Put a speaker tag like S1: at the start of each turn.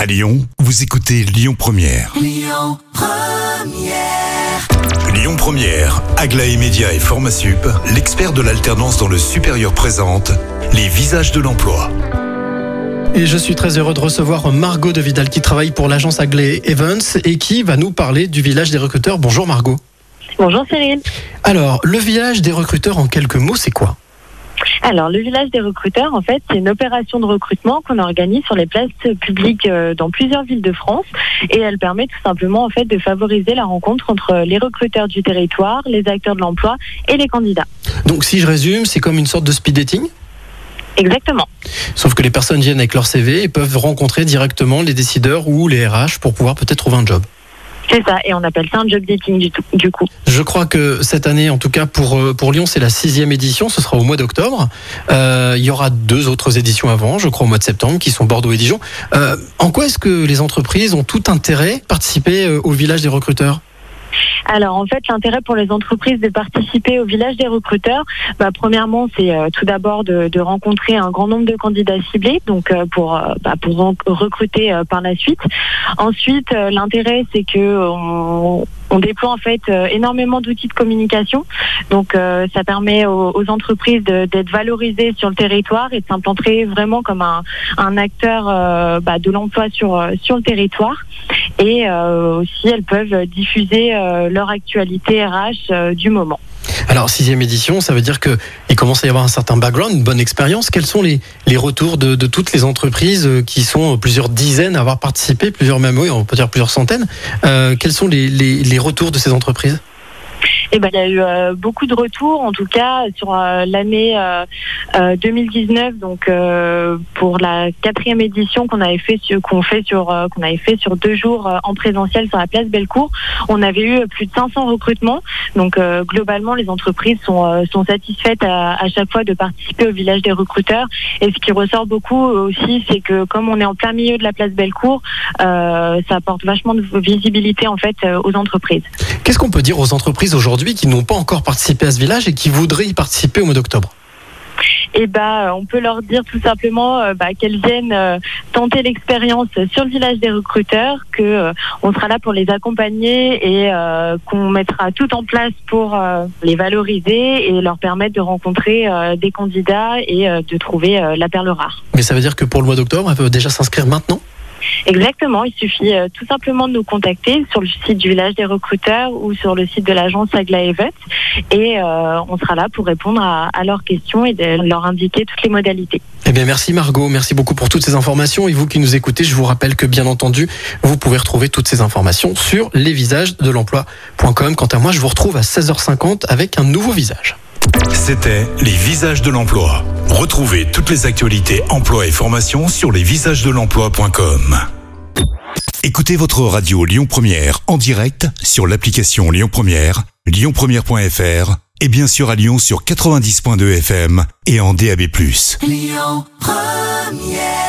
S1: À Lyon, vous écoutez Lyon Première.
S2: Lyon Première.
S1: Lyon Première, Aglaé Média et Formasup, l'expert de l'alternance dans le supérieur présente les visages de l'emploi.
S3: Et je suis très heureux de recevoir Margot de Vidal qui travaille pour l'agence Aglaé Evans et qui va nous parler du village des recruteurs. Bonjour Margot.
S4: Bonjour Cyril.
S3: Alors, le village des recruteurs en quelques mots, c'est quoi ?
S4: Alors, le village des recruteurs, en fait, c'est une opération de recrutement qu'on organise sur les places publiques dans plusieurs villes de France. Et elle permet tout simplement, en fait, de favoriser la rencontre entre les recruteurs du territoire, les acteurs de l'emploi et les candidats.
S3: Donc, si je résume, c'est comme une sorte de speed dating ?
S4: Exactement.
S3: Sauf que les personnes viennent avec leur CV et peuvent rencontrer directement les décideurs ou les RH pour pouvoir peut-être trouver un job.
S4: C'est ça, et on appelle ça un job dating du coup.
S3: Je crois que cette année, en tout cas pour Lyon, c'est la 6e édition, ce sera au mois d'octobre. Il y aura 2 autres éditions avant, je crois au mois de septembre, qui sont Bordeaux et Dijon. En quoi est-ce que les entreprises ont tout intérêt à participer au village des recruteurs ?
S4: Alors en fait, l'intérêt pour les entreprises de participer au village des recruteurs, premièrement, c'est tout d'abord de rencontrer un grand nombre de candidats ciblés, donc pour recruter par la suite. Ensuite, l'intérêt, c'est que on déploie en fait énormément d'outils de communication, donc ça permet aux entreprises d'être valorisées sur le territoire et de s'implanter vraiment comme un acteur de l'emploi sur le territoire. Et aussi, elles peuvent diffuser leur actualité RH du moment.
S3: Alors, 6e édition, ça veut dire qu'il commence à y avoir un certain background, une bonne expérience. Quels sont les retours de toutes les entreprises qui sont plusieurs dizaines à avoir participé, plusieurs même, oui, on peut dire plusieurs centaines. Quels sont les retours de ces entreprises ?
S4: Il y a eu beaucoup de retours, en tout cas sur l'année 2019, donc pour la 4e édition qu'on avait fait sur 2 jours en présentiel sur la place Bellecour. On avait eu plus de 500 recrutements, donc globalement les entreprises sont satisfaites à chaque fois de participer au village des recruteurs. Et ce qui ressort beaucoup aussi, c'est que comme on est en plein milieu de la place Bellecour, ça apporte vachement de visibilité en fait aux entreprises.
S3: Qu'est-ce qu'on peut dire aux entreprises aujourd'hui qui n'ont pas encore participé à ce village et qui voudraient y participer au mois d'octobre ?
S4: On peut leur dire tout simplement qu'elles viennent tenter l'expérience sur le village des recruteurs, on sera là pour les accompagner et qu'on mettra tout en place pour les valoriser et leur permettre de rencontrer des candidats et de trouver la perle rare.
S3: Mais ça veut dire que pour le mois d'octobre, elles peuvent déjà s'inscrire maintenant ?
S4: Exactement, il suffit tout simplement de nous contacter sur le site du village des recruteurs ou sur le site de l'agence Aglaé Evans et on sera là pour répondre à leurs questions et de leur indiquer toutes les modalités.
S3: Eh bien merci Margot, merci beaucoup pour toutes ces informations et vous qui nous écoutez, je vous rappelle que bien entendu, vous pouvez retrouver toutes ces informations sur lesvisagesdelemploi.com. Quant à moi, je vous retrouve à 16h50 avec un nouveau visage.
S1: C'était les visages de l'emploi. Retrouvez toutes les actualités emploi et formation sur lesvisagesdelemploi.com. Écoutez votre radio Lyon Première en direct sur l'application Lyon Première, lyonpremière.fr et bien sûr à Lyon sur 90.2 FM et en DAB+.
S2: Lyon Première.